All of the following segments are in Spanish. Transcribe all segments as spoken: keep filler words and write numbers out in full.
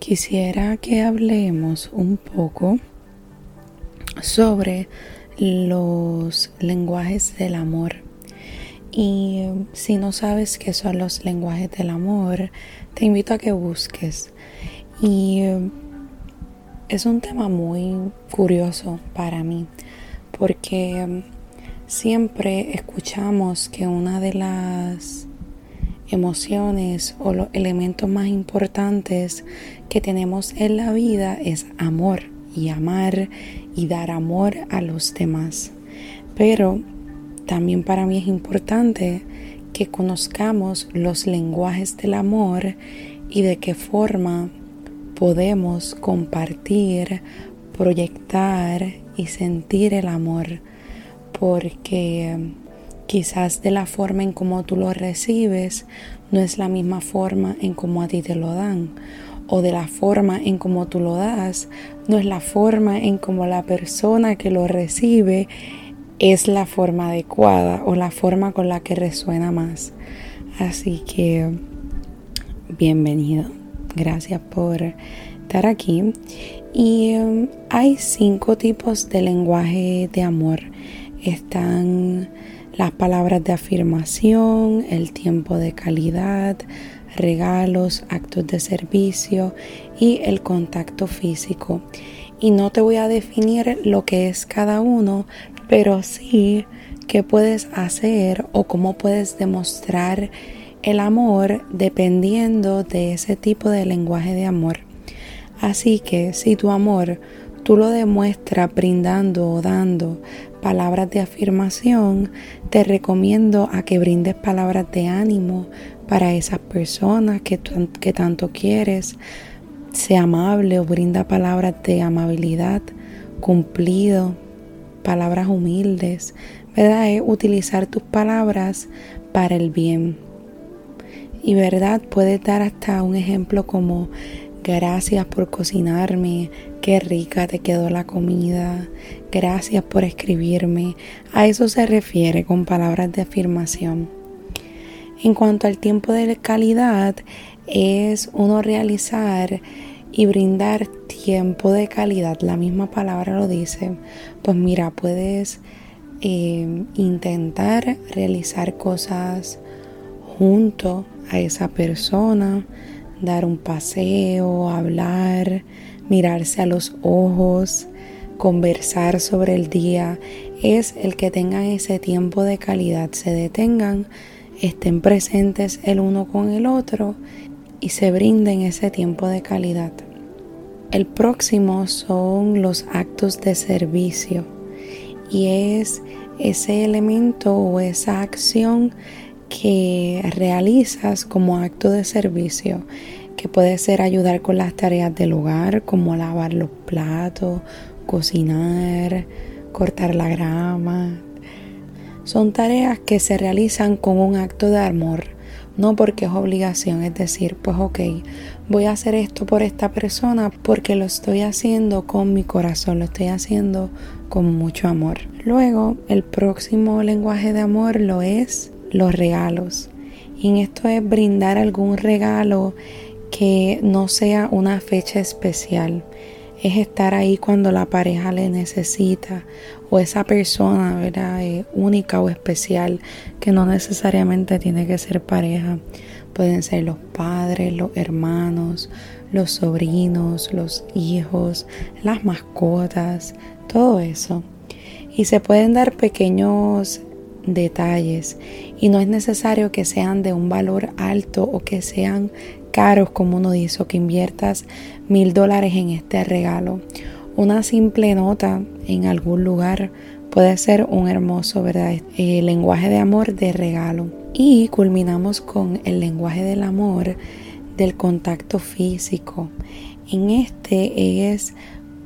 Quisiera que hablemos un poco sobre los lenguajes del amor. Y si no sabes qué son los lenguajes del amor, te invito a que busques. Y es un tema muy curioso para mí, porque siempre escuchamos que una de las emociones o los elementos más importantes que tenemos en la vida es amor, y amar y dar amor a los demás. Pero también para mí es importante que conozcamos los lenguajes del amor y de qué forma podemos compartir, proyectar y sentir el amor, porque quizás de la forma en cómo tú lo recibes no es la misma forma en cómo a ti te lo dan, o de la forma en cómo tú lo das no es la forma en cómo la persona que lo recibe es la forma adecuada o la forma con la que resuena más. Así que bienvenido, gracias por estar aquí. Y um, hay cinco tipos de lenguaje de amor. Están las palabras de afirmación, el tiempo de calidad, regalos, actos de servicio y el contacto físico. Y no te voy a definir lo que es cada uno, pero sí qué puedes hacer o cómo puedes demostrar el amor dependiendo de ese tipo de lenguaje de amor. Así que si tu amor tú lo demuestras brindando o dando palabras de afirmación, te recomiendo a que brindes palabras de ánimo para esas personas que, que tanto quieres. Sea amable o brinda palabras de amabilidad, cumplido, palabras humildes, ¿verdad? Es utilizar tus palabras para el bien. Y verdad, puedes dar hasta un ejemplo como: gracias por cocinarme, qué rica te quedó la comida, gracias por escribirme. A eso se refiere con palabras de afirmación. En cuanto al tiempo de calidad, es uno realizar y brindar tiempo de calidad. La misma palabra lo dice. Pues mira, puedes eh, intentar realizar cosas junto a esa persona, dar un paseo, hablar, mirarse a los ojos, conversar sobre el día. Es el que tengan ese tiempo de calidad, se detengan, estén presentes el uno con el otro y se brinden ese tiempo de calidad. El próximo son los actos de servicio, y es ese elemento o esa acción que realizas como acto de servicio, que puede ser ayudar con las tareas del hogar, como lavar los platos, cocinar, cortar la grama. Son tareas que se realizan con un acto de amor, no porque es obligación. Es decir, pues ok, voy a hacer esto por esta persona porque lo estoy haciendo con mi corazón, lo estoy haciendo con mucho amor. Luego, el próximo lenguaje de amor lo es los regalos. Y en esto es brindar algún regalo que no sea una fecha especial. Es estar ahí cuando la pareja le necesita, o esa persona, ¿verdad?, es única o especial, que no necesariamente tiene que ser pareja. Pueden ser los padres, los hermanos, los sobrinos, los hijos, las mascotas, todo eso. Y se pueden dar pequeños detalles, y no es necesario que sean de un valor alto o que sean caros, como uno dice, o que inviertas mil dólares en este regalo. Una simple nota en algún lugar puede ser un hermoso, ¿verdad?, el lenguaje de amor de regalo. Y culminamos con el lenguaje del amor del contacto físico. En este es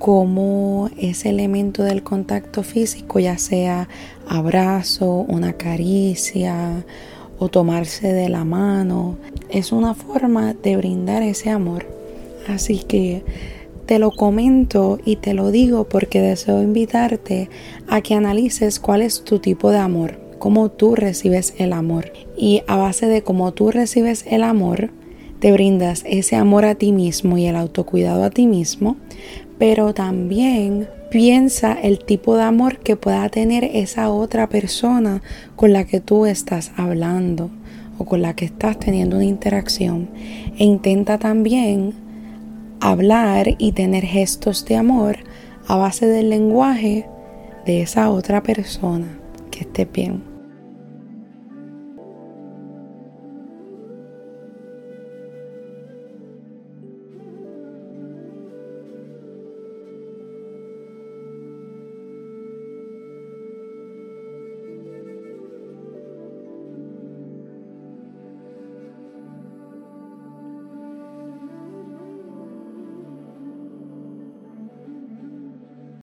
como ese elemento del contacto físico, ya sea abrazo, una caricia o tomarse de la mano, es una forma de brindar ese amor. Así que te lo comento y te lo digo porque deseo invitarte a que analices cuál es tu tipo de amor, cómo tú recibes el amor. Y a base de cómo tú recibes el amor, te brindas ese amor a ti mismo y el autocuidado a ti mismo, pero también piensa el tipo de amor que pueda tener esa otra persona con la que tú estás hablando o con la que estás teniendo una interacción, e intenta también hablar y tener gestos de amor a base del lenguaje de esa otra persona. Que estés bien.